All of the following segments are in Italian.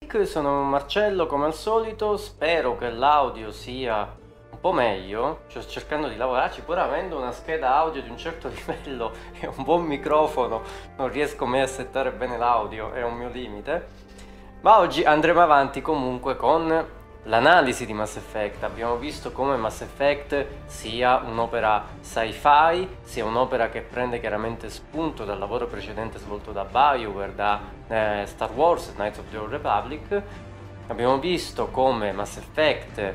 Geek, sono Marcello come al solito, spero che l'audio sia un po' meglio, sto cercando di lavorarci pur avendo una scheda audio di un certo livello e un buon microfono, non riesco mai a settare bene l'audio, è un mio limite, ma oggi andremo avanti comunque con l'analisi di Mass Effect. Abbiamo visto come Mass Effect sia un'opera sci-fi, sia un'opera che prende chiaramente spunto dal lavoro precedente svolto da BioWare, da Star Wars, Knights of the Old Republic. Abbiamo visto come Mass Effect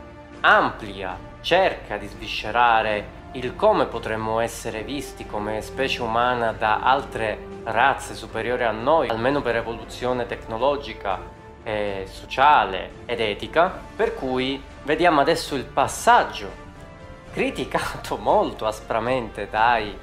amplia, cerca di sviscerare il come potremmo essere visti come specie umana da altre razze superiori a noi, almeno per evoluzione tecnologica, sociale ed etica, per cui vediamo adesso il passaggio criticato molto aspramente dai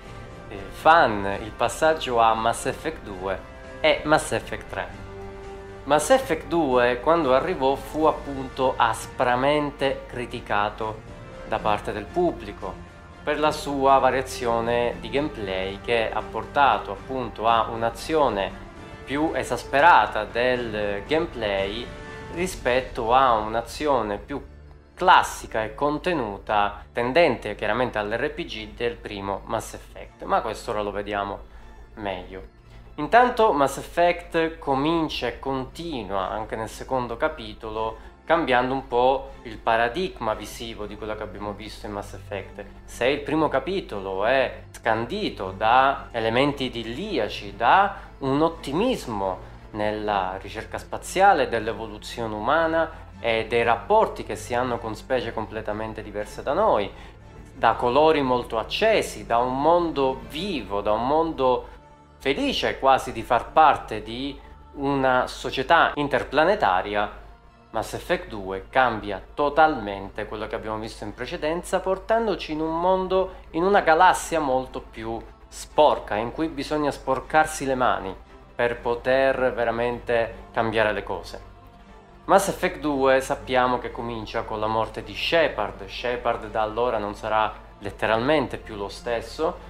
fan, il passaggio a Mass Effect 2 e Mass Effect 3. Mass Effect 2 quando arrivò fu appunto aspramente criticato da parte del pubblico per la sua variazione di gameplay che ha portato appunto a un'azione più esasperata del gameplay rispetto a un'azione più classica e contenuta tendente chiaramente all'RPG del primo Mass Effect, ma questo ora lo vediamo meglio. Intanto Mass Effect comincia e continua anche nel secondo capitolo cambiando un po' il paradigma visivo di quello che abbiamo visto in Mass Effect. Se il primo capitolo è scandito da elementi idilliaci, da un ottimismo nella ricerca spaziale, dell'evoluzione umana e dei rapporti che si hanno con specie completamente diverse da noi, da colori molto accesi, da un mondo vivo, da un mondo felice quasi di far parte di una società interplanetaria, Mass Effect 2 cambia totalmente quello che abbiamo visto in precedenza, portandoci in un mondo, in una galassia molto più sporca, in cui bisogna sporcarsi le mani per poter veramente cambiare le cose. Mass Effect 2 sappiamo che comincia con la morte di Shepard. Shepard da allora non sarà letteralmente più lo stesso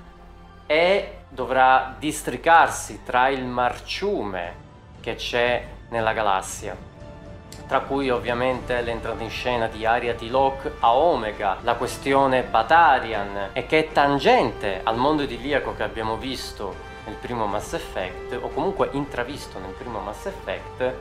e dovrà districarsi tra il marciume che c'è nella galassia, tra cui ovviamente l'entrata in scena di Ariat Locke a Omega, la questione Batarian, e che è tangente al mondo idilliaco che abbiamo visto nel primo Mass Effect, o comunque intravisto nel primo Mass Effect,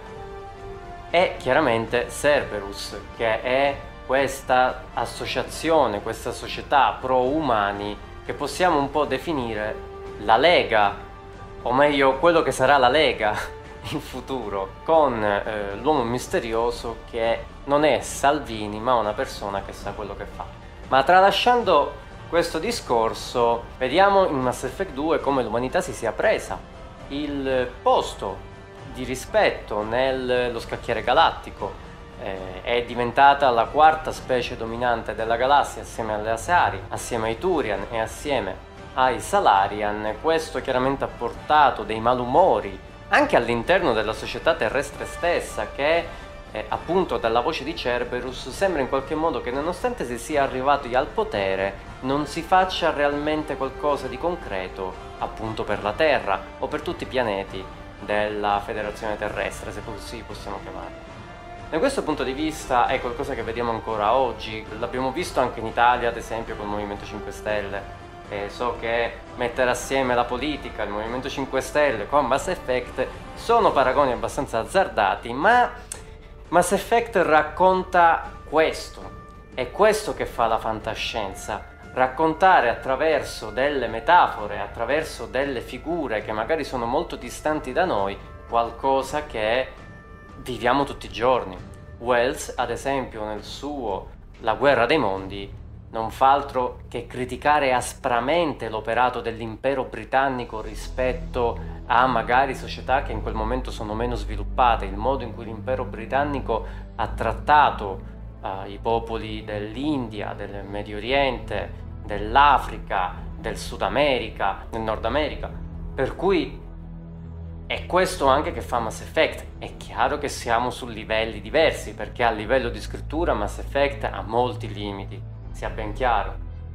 e chiaramente Cerberus, che è questa associazione, questa società pro-umani che possiamo un po' definire la Lega, o meglio quello che sarà la Lega in futuro, con l'uomo misterioso che non è Salvini ma una persona che sa quello che fa. Ma tralasciando questo discorso, vediamo in Mass Effect 2 come l'umanità si sia presa il posto di rispetto nello scacchiere galattico, è diventata la quarta specie dominante della galassia assieme alle Asari, assieme ai Turian e assieme ai Salarian. Questo chiaramente ha portato dei malumori anche all'interno della società terrestre stessa, che appunto dalla voce di Cerberus sembra in qualche modo che nonostante si sia arrivati al potere non si faccia realmente qualcosa di concreto appunto per la Terra o per tutti i pianeti della Federazione Terrestre, se così possiamo chiamarli. Da questo punto di vista è qualcosa che vediamo ancora oggi, l'abbiamo visto anche in Italia ad esempio col Movimento 5 Stelle. So che mettere assieme la politica, il Movimento 5 Stelle con Mass Effect sono paragoni abbastanza azzardati, ma Mass Effect racconta questo, è questo che fa la fantascienza, raccontare attraverso delle metafore, attraverso delle figure che magari sono molto distanti da noi, qualcosa che viviamo tutti i giorni. Wells, ad esempio, nel suo La guerra dei mondi, non fa altro che criticare aspramente l'operato dell'impero britannico rispetto a magari società che in quel momento sono meno sviluppate, il modo in cui l'impero britannico ha trattato i popoli dell'India, del Medio Oriente, dell'Africa, del Sud America, del Nord America, per cui è questo anche che fa Mass Effect. È chiaro che siamo su livelli diversi, perché a livello di scrittura Mass Effect ha molti limiti, sia ben chiaro,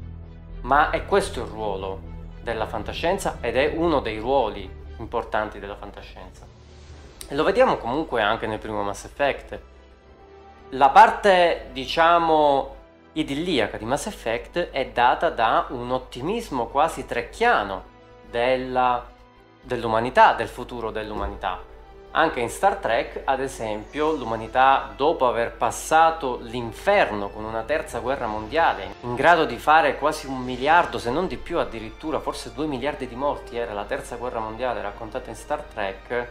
ma è questo il ruolo della fantascienza ed è uno dei ruoli importanti della fantascienza. E lo vediamo comunque anche nel primo Mass Effect. La parte, diciamo, idilliaca di Mass Effect è data da un ottimismo quasi trekkiano dell'umanità, del futuro dell'umanità. Anche in Star Trek, ad esempio, l'umanità, dopo aver passato l'inferno con una terza guerra mondiale, in grado di fare quasi 1 miliardo, se non di più addirittura, forse 2 miliardi di morti, era la terza guerra mondiale raccontata in Star Trek,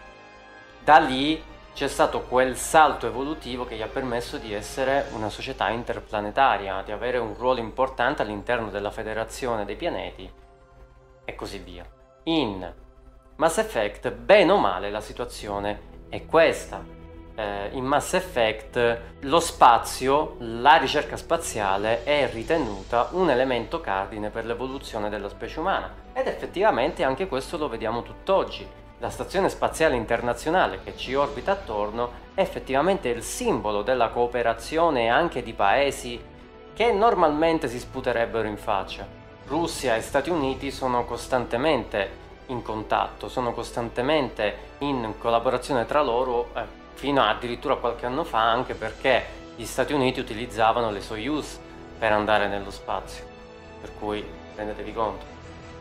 da lì c'è stato quel salto evolutivo che gli ha permesso di essere una società interplanetaria, di avere un ruolo importante all'interno della federazione dei pianeti e così via. In Mass Effect, bene o male, la situazione è questa. In Mass Effect lo spazio, la ricerca spaziale è ritenuta un elemento cardine per l'evoluzione della specie umana, ed effettivamente anche questo lo vediamo tutt'oggi. La Stazione Spaziale Internazionale che ci orbita attorno è effettivamente il simbolo della cooperazione anche di paesi che normalmente si sputerebbero in faccia. Russia e Stati Uniti sono costantemente in contatto, sono costantemente in collaborazione tra loro, fino a addirittura qualche anno fa, anche perché gli Stati Uniti utilizzavano le Soyuz per andare nello spazio, per cui rendetevi conto.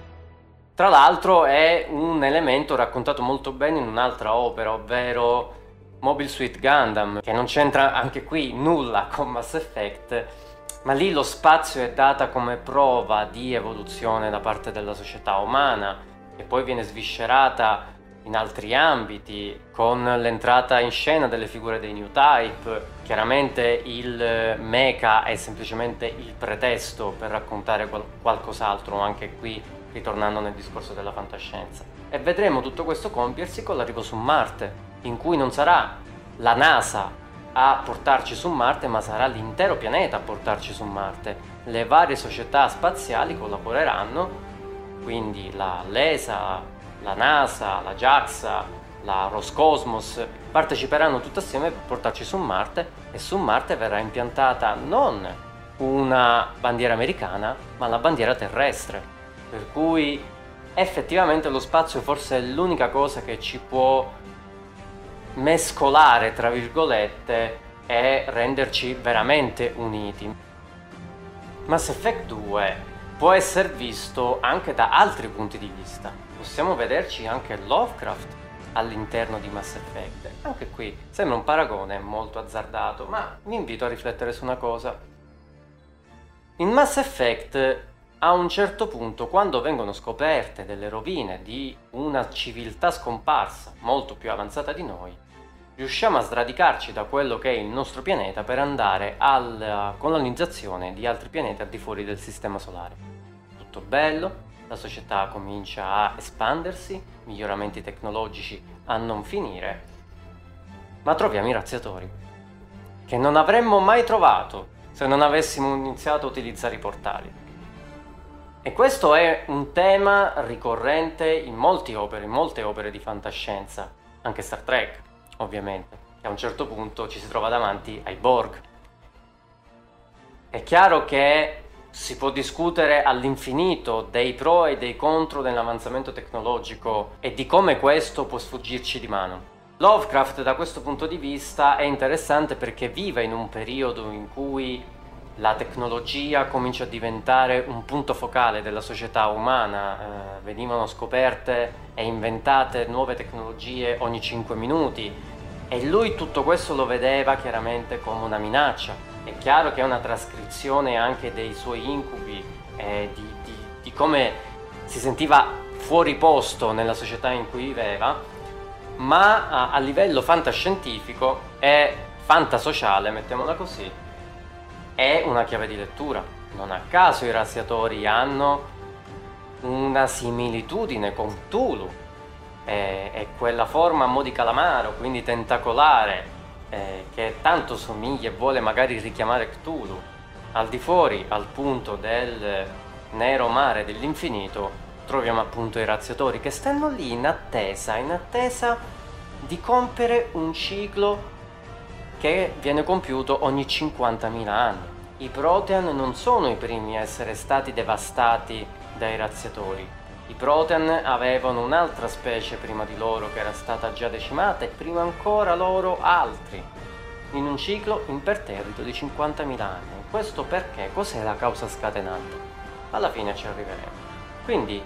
Tra l'altro è un elemento raccontato molto bene in un'altra opera, ovvero Mobile Suit Gundam, che non c'entra anche qui nulla con Mass Effect, ma lì lo spazio è data come prova di evoluzione da parte della società umana, e poi viene sviscerata in altri ambiti, con l'entrata in scena delle figure dei New Type. Chiaramente il mecha è semplicemente il pretesto per raccontare qualcos'altro, anche qui ritornando nel discorso della fantascienza. E vedremo tutto questo compiersi con l'arrivo su Marte, in cui non sarà la NASA a portarci su Marte, ma sarà l'intero pianeta a portarci su Marte. Le varie società spaziali collaboreranno, quindi l'ESA, la NASA, la JAXA, la Roscosmos parteciperanno tutte assieme per portarci su Marte, e su Marte verrà impiantata non una bandiera americana, ma la bandiera terrestre. Per cui effettivamente lo spazio forse è l'unica cosa che ci può mescolare, tra virgolette, e renderci veramente uniti. Mass Effect 2 può essere visto anche da altri punti di vista. Possiamo vederci anche Lovecraft all'interno di Mass Effect. Anche qui sembra un paragone molto azzardato, ma vi invito a riflettere su una cosa. In Mass Effect, a un certo punto, quando vengono scoperte delle rovine di una civiltà scomparsa molto più avanzata di noi, riusciamo a sradicarci da quello che è il nostro pianeta per andare alla colonizzazione di altri pianeti al di fuori del sistema solare. Tutto bello, la società comincia a espandersi, miglioramenti tecnologici a non finire, ma troviamo i razziatori, che non avremmo mai trovato se non avessimo iniziato a utilizzare i portali. E questo è un tema ricorrente in molte opere di fantascienza, anche Star Trek, ovviamente, che a un certo punto ci si trova davanti ai Borg. È chiaro che si può discutere all'infinito dei pro e dei contro dell'avanzamento tecnologico e di come questo può sfuggirci di mano. Lovecraft, da questo punto di vista, è interessante perché vive in un periodo in cui la tecnologia comincia a diventare un punto focale della società umana. Venivano scoperte e inventate nuove tecnologie ogni 5 minuti, e lui tutto questo lo vedeva chiaramente come una minaccia. È chiaro che è una trascrizione anche dei suoi incubi, di come si sentiva fuori posto nella società in cui viveva, ma a livello fantascientifico e fantasociale, mettiamola così, è una chiave di lettura. Non a caso i razziatori hanno una similitudine con Cthulhu, è quella forma a mo' di calamaro, quindi tentacolare, che tanto somiglia e vuole magari richiamare Cthulhu. Al di fuori, al punto del nero mare dell'infinito, troviamo appunto i razziatori che stanno lì in attesa di compiere un ciclo che viene compiuto ogni 50.000 anni. I Protean non sono i primi a essere stati devastati dai razziatori. I Protean avevano un'altra specie prima di loro che era stata già decimata e prima ancora loro altri, in un ciclo imperterrito di 50.000 anni. Questo perché? Cos'è la causa scatenante? Alla fine ci arriveremo. Quindi,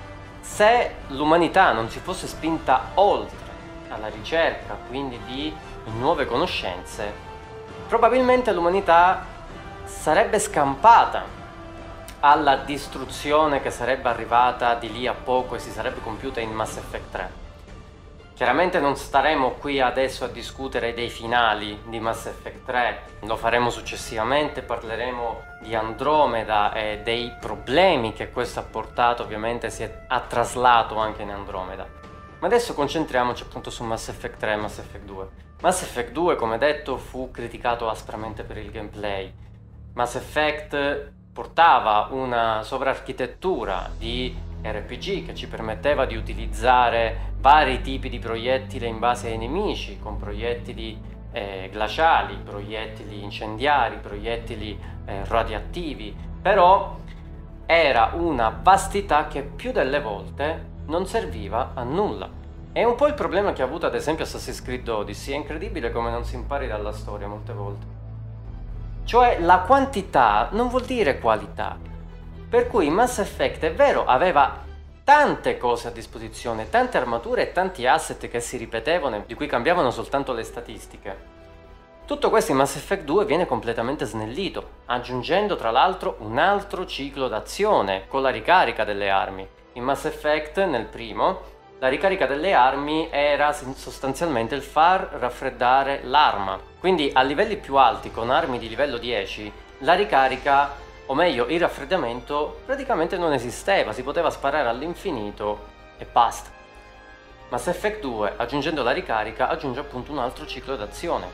se l'umanità non si fosse spinta oltre alla ricerca, quindi di nuove conoscenze, probabilmente l'umanità sarebbe scampata alla distruzione che sarebbe arrivata di lì a poco e si sarebbe compiuta in Mass Effect 3. Chiaramente non staremo qui adesso a discutere dei finali di Mass Effect 3, lo faremo successivamente, parleremo di Andromeda e dei problemi che questo ha portato, ovviamente ha traslato anche in Andromeda. Ma adesso concentriamoci appunto su Mass Effect 3 e Mass Effect 2. Mass Effect 2, come detto, fu criticato aspramente per il gameplay. Mass Effect portava una sovrarchitettura di RPG che ci permetteva di utilizzare vari tipi di proiettili in base ai nemici, con proiettili glaciali, proiettili incendiari, proiettili radioattivi, però era una vastità che più delle volte non serviva a nulla. È un po' il problema che ha avuto ad esempio Assassin's Creed Odyssey, è incredibile come non si impari dalla storia molte volte. Cioè la quantità non vuol dire qualità, per cui Mass Effect è vero aveva tante cose a disposizione, tante armature e tanti asset che si ripetevano, di cui cambiavano soltanto le statistiche. Tutto questo in Mass Effect 2 viene completamente snellito, aggiungendo tra l'altro un altro ciclo d'azione con la ricarica delle armi. In Mass Effect, nel primo, la ricarica delle armi era sostanzialmente il far raffreddare l'arma. Quindi a livelli più alti, con armi di livello 10, la ricarica, o meglio il raffreddamento, praticamente non esisteva, si poteva sparare all'infinito e basta. Mass Effect 2, aggiungendo la ricarica, aggiunge appunto un altro ciclo d'azione.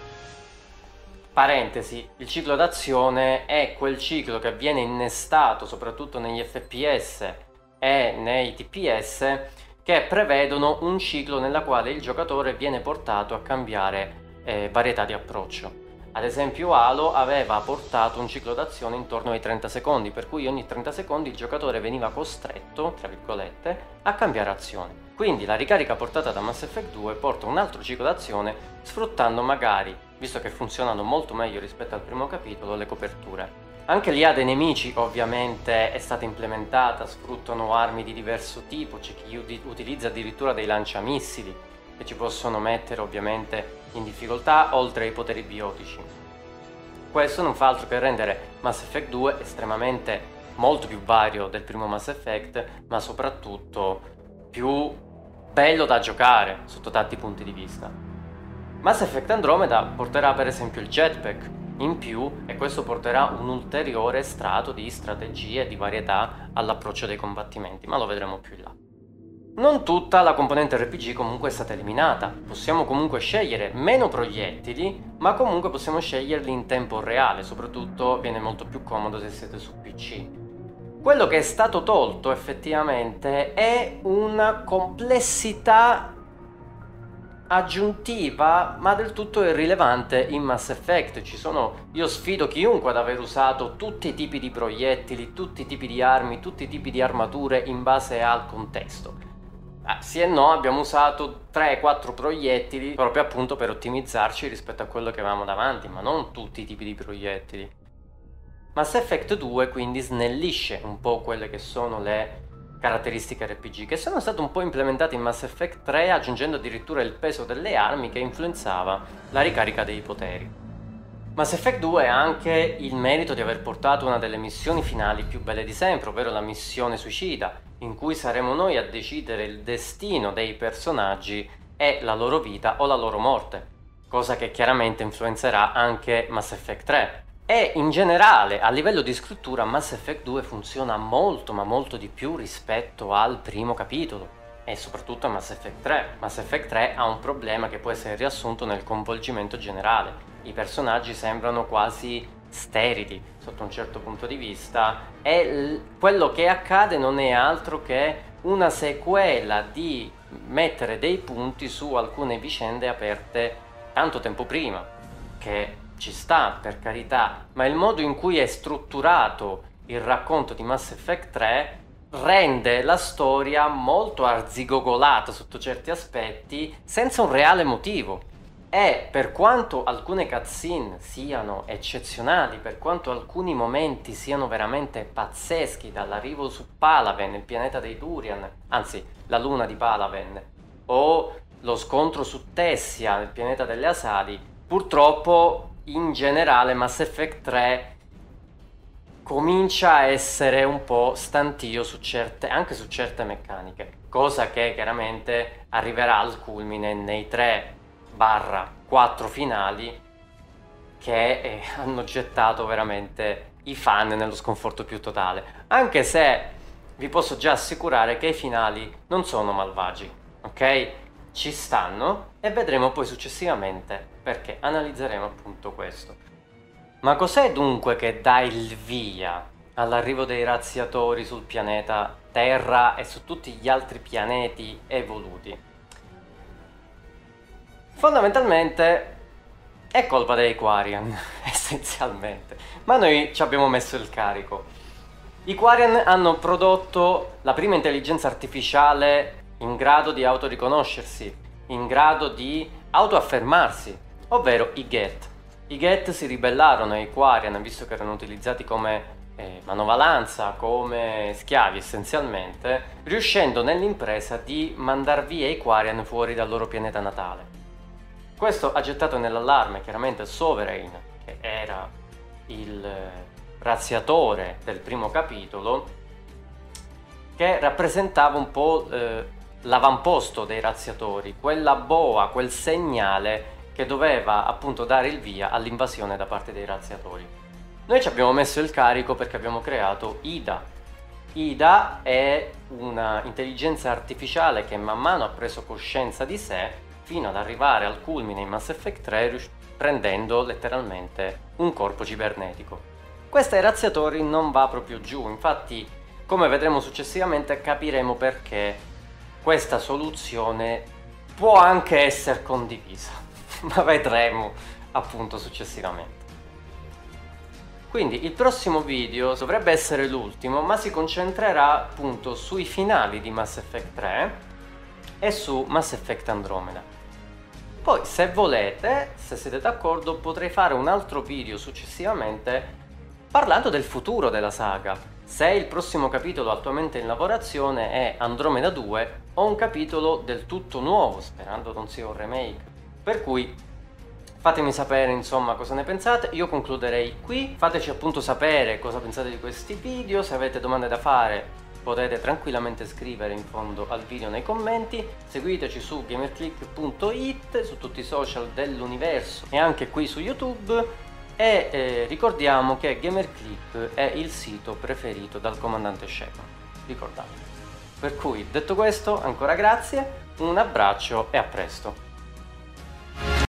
Parentesi, il ciclo d'azione è quel ciclo che viene innestato soprattutto negli FPS e nei TPS, che prevedono un ciclo nella quale il giocatore viene portato a cambiare varietà di approccio. Ad esempio Halo aveva portato un ciclo d'azione intorno ai 30 secondi, per cui ogni 30 secondi il giocatore veniva costretto, tra virgolette, a cambiare azione. Quindi la ricarica portata da Mass Effect 2 porta un altro ciclo d'azione, sfruttando magari, visto che funzionano molto meglio rispetto al primo capitolo, le coperture. Anche l'IA dei nemici ovviamente è stata implementata, sfruttano armi di diverso tipo, c'è chi utilizza addirittura dei lanciamissili che ci possono mettere ovviamente in difficoltà oltre ai poteri biotici. Questo non fa altro che rendere Mass Effect 2 estremamente molto più vario del primo Mass Effect, ma soprattutto più bello da giocare sotto tanti punti di vista. Mass Effect Andromeda porterà per esempio il jetpack in più e questo porterà un ulteriore strato di strategie e di varietà all'approccio dei combattimenti, ma lo vedremo più in là. Non tutta la componente RPG comunque è stata eliminata, possiamo comunque scegliere meno proiettili, ma comunque possiamo sceglierli in tempo reale, soprattutto viene molto più comodo se siete su PC. Quello che è stato tolto effettivamente è una complessità aggiuntiva ma del tutto irrilevante in Mass Effect. Io sfido chiunque ad aver usato tutti i tipi di proiettili, tutti i tipi di armi, tutti i tipi di armature in base al contesto. Sì e no, abbiamo usato 3-4 proiettili proprio appunto per ottimizzarci rispetto a quello che avevamo davanti, ma non tutti i tipi di proiettili. Mass Effect 2 quindi snellisce un po' quelle che sono le caratteristiche RPG che sono state un po' implementate in Mass Effect 3, aggiungendo addirittura il peso delle armi che influenzava la ricarica dei poteri. Mass Effect 2 ha anche il merito di aver portato una delle missioni finali più belle di sempre, ovvero la missione suicida, in cui saremo noi a decidere il destino dei personaggi e la loro vita o la loro morte, cosa che chiaramente influenzerà anche Mass Effect 3. E in generale, a livello di scrittura, Mass Effect 2 funziona molto ma molto di più rispetto al primo capitolo e soprattutto a Mass Effect 3. Mass Effect 3 ha un problema che può essere riassunto nel coinvolgimento generale. I personaggi sembrano quasi sterili sotto un certo punto di vista e quello che accade non è altro che una sequela di mettere dei punti su alcune vicende aperte tanto tempo prima, che ci sta, per carità, ma il modo in cui è strutturato il racconto di Mass Effect 3 rende la storia molto arzigogolata sotto certi aspetti, senza un reale motivo. E per quanto alcune cutscene siano eccezionali, per quanto alcuni momenti siano veramente pazzeschi, dall'arrivo su Palaven, il pianeta dei Durian, anzi la luna di Palaven, o lo scontro su Tessia, il pianeta delle Asadi, purtroppo in generale Mass Effect 3 comincia a essere un po' stantio su anche su certe meccaniche, cosa che chiaramente arriverà al culmine nei 3/4 finali che hanno gettato veramente i fan nello sconforto più totale, anche se vi posso già assicurare che i finali non sono malvagi, ok? Ci stanno e vedremo poi successivamente perché analizzeremo appunto questo. Ma cos'è dunque che dà il via all'arrivo dei razziatori sul pianeta Terra e su tutti gli altri pianeti evoluti? Fondamentalmente è colpa dei Quarian, essenzialmente, ma noi ci abbiamo messo il carico. I Quarian hanno prodotto la prima intelligenza artificiale in grado di autoriconoscersi, in grado di autoaffermarsi, ovvero i Geth. I Geth si ribellarono ai Quarian, visto che erano utilizzati come manovalanza, come schiavi essenzialmente, riuscendo nell'impresa di mandar via i Quarian fuori dal loro pianeta natale. Questo ha gettato nell'allarme chiaramente Sovereign, che era il razziatore del primo capitolo, che rappresentava un po' l'avamposto dei razziatori, quella boa, quel segnale che doveva appunto dare il via all'invasione da parte dei razziatori. Noi ci abbiamo messo il carico perché abbiamo creato Ida. Ida è una intelligenza artificiale che man mano ha preso coscienza di sé fino ad arrivare al culmine in Mass Effect 3 prendendo letteralmente un corpo cibernetico. Questa ai razziatori non va proprio giù, infatti come vedremo successivamente capiremo perché questa soluzione può anche essere condivisa, ma vedremo appunto successivamente. Quindi il prossimo video dovrebbe essere l'ultimo, ma si concentrerà appunto sui finali di Mass Effect 3 e su Mass Effect Andromeda. Poi se volete, se siete d'accordo, potrei fare un altro video successivamente parlando del futuro della saga. Se il prossimo capitolo attualmente in lavorazione è Andromeda 2 o un capitolo del tutto nuovo, sperando non sia un remake. Per cui fatemi sapere insomma cosa ne pensate, io concluderei qui, fateci appunto sapere cosa pensate di questi video, se avete domande da fare potete tranquillamente scrivere in fondo al video nei commenti, seguiteci su gamerclick.it, su tutti i social dell'universo e anche qui su YouTube e ricordiamo che Gamerclick è il sito preferito dal comandante Shepard, ricordate. Per cui detto questo ancora grazie, un abbraccio e a presto.